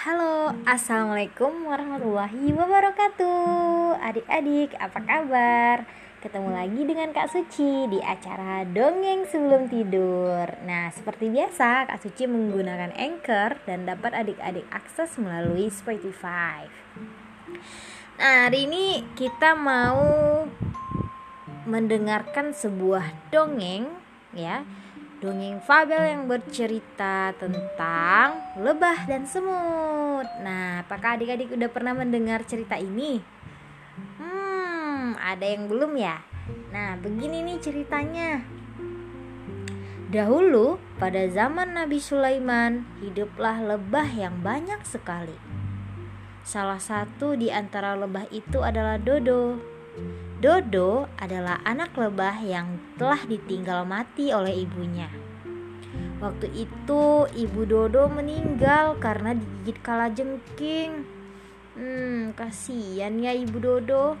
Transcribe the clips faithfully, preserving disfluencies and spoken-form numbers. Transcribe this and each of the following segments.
Halo, assalamualaikum warahmatullahi wabarakatuh. Adik-adik, apa kabar? Ketemu lagi dengan Kak Suci di acara Dongeng Sebelum Tidur. Nah, seperti biasa, Kak Suci menggunakan Anchor dan dapat adik-adik akses melalui Spotify. Nah, hari ini kita mau mendengarkan sebuah dongeng, ya. Dongeng fabel yang bercerita tentang lebah dan semut. Nah, apakah adik-adik udah pernah mendengar cerita ini? Hmm, ada yang belum ya? Nah, begini nih ceritanya. Dahulu, pada zaman Nabi Sulaiman, hiduplah lebah yang banyak sekali. Salah satu di antara lebah itu adalah Dodo. Dodo adalah anak lebah yang telah ditinggal mati oleh ibunya. Waktu itu ibu Dodo meninggal karena digigit kalajengking. Hmm, kasihan ya ibu Dodo.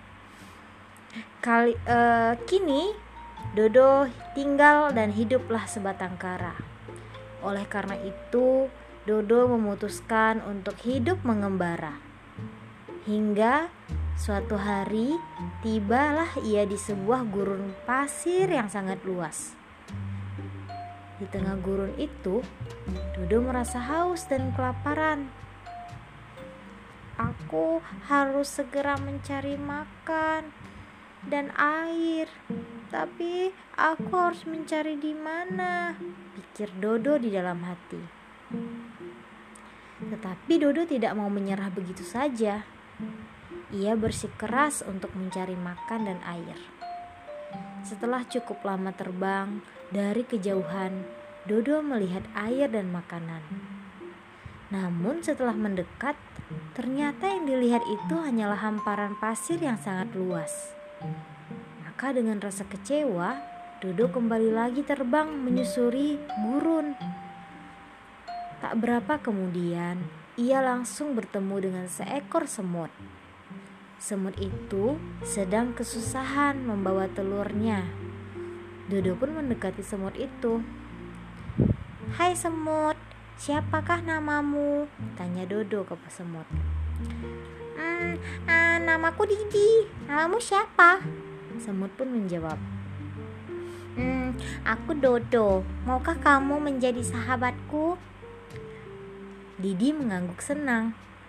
Kali, eh, kini Dodo tinggal dan hiduplah sebatang kara. Oleh karena itu, Dodo memutuskan untuk hidup mengembara. Hingga suatu hari, tibalah ia di sebuah gurun pasir yang sangat luas. Di tengah gurun itu, Dodo merasa haus dan kelaparan. Aku harus segera mencari makan dan air. Tapi aku harus mencari di mana? Pikir Dodo di dalam hati. Tetapi Dodo tidak mau menyerah begitu saja. Ia bersikeras untuk mencari makan dan air. Setelah cukup lama terbang, dari kejauhan, Dodo melihat air dan makanan. Namun setelah mendekat, ternyata yang dilihat itu hanyalah hamparan pasir yang sangat luas. Maka dengan rasa kecewa, Dodo kembali lagi terbang menyusuri gurun. Tak berapa kemudian, ia langsung bertemu dengan seekor semut. Semut itu sedang kesusahan membawa telurnya. Dodo pun mendekati semut itu. "Hai semut, siapakah namamu?" tanya Dodo ke semut. Hmm, uh, namaku Didi. Namamu siapa?" Semut pun menjawab. Hmm, aku Dodo. Maukah kamu menjadi sahabatku?" Didi mengangguk senang.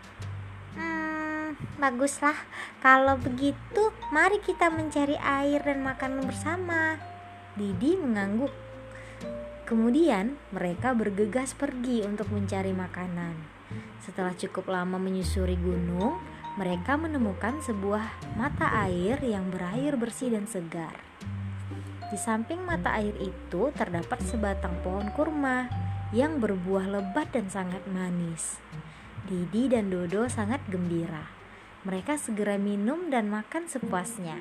Baguslah, kalau begitu mari kita mencari air dan makanan bersama. Didi mengangguk. Kemudian mereka bergegas pergi untuk mencari makanan. Setelah cukup lama menyusuri gunung, mereka menemukan sebuah mata air yang berair bersih dan segar. Di samping mata air itu terdapat sebatang pohon kurma yang berbuah lebat dan sangat manis. Didi dan Dodo sangat gembira. Mereka segera minum dan makan sepuasnya.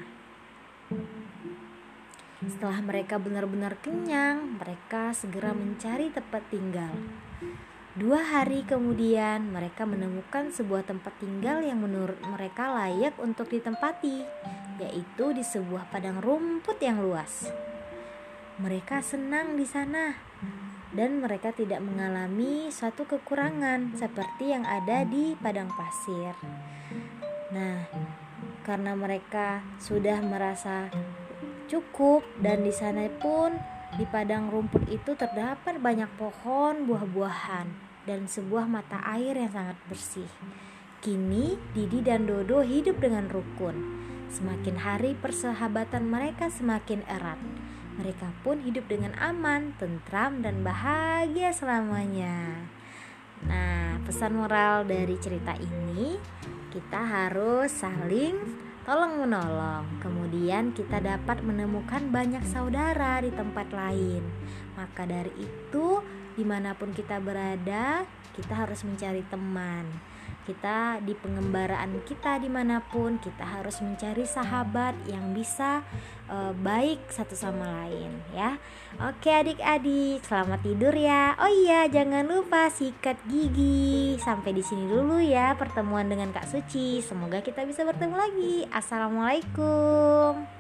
Setelah mereka benar-benar kenyang, mereka segera mencari tempat tinggal. Dua hari kemudian, mereka menemukan sebuah tempat tinggal yang menurut mereka layak untuk ditempati, yaitu di sebuah padang rumput yang luas. Mereka senang di sana, dan mereka tidak mengalami suatu kekurangan seperti yang ada di padang pasir. Nah, karena mereka sudah merasa cukup dan di sana pun di padang rumput itu terdapat banyak pohon, buah-buahan dan sebuah mata air yang sangat bersih. Kini Didi dan Dodo hidup dengan rukun. Semakin hari persahabatan mereka semakin erat. Mereka pun hidup dengan aman, tentram dan bahagia selamanya. Nah, pesan moral dari cerita ini, kita harus saling tolong-menolong. Kemudian kita dapat menemukan banyak saudara di tempat lain. Maka dari itu, dimanapun kita berada, kita harus mencari teman. Kita di pengembaraan kita dimanapun, kita harus mencari sahabat yang bisa e, baik satu sama lain, ya. Oke adik-adik, selamat tidur ya. Oh iya, jangan lupa sikat gigi. Sampai di sini dulu ya pertemuan dengan Kak Suci. Semoga kita bisa bertemu lagi. Assalamualaikum.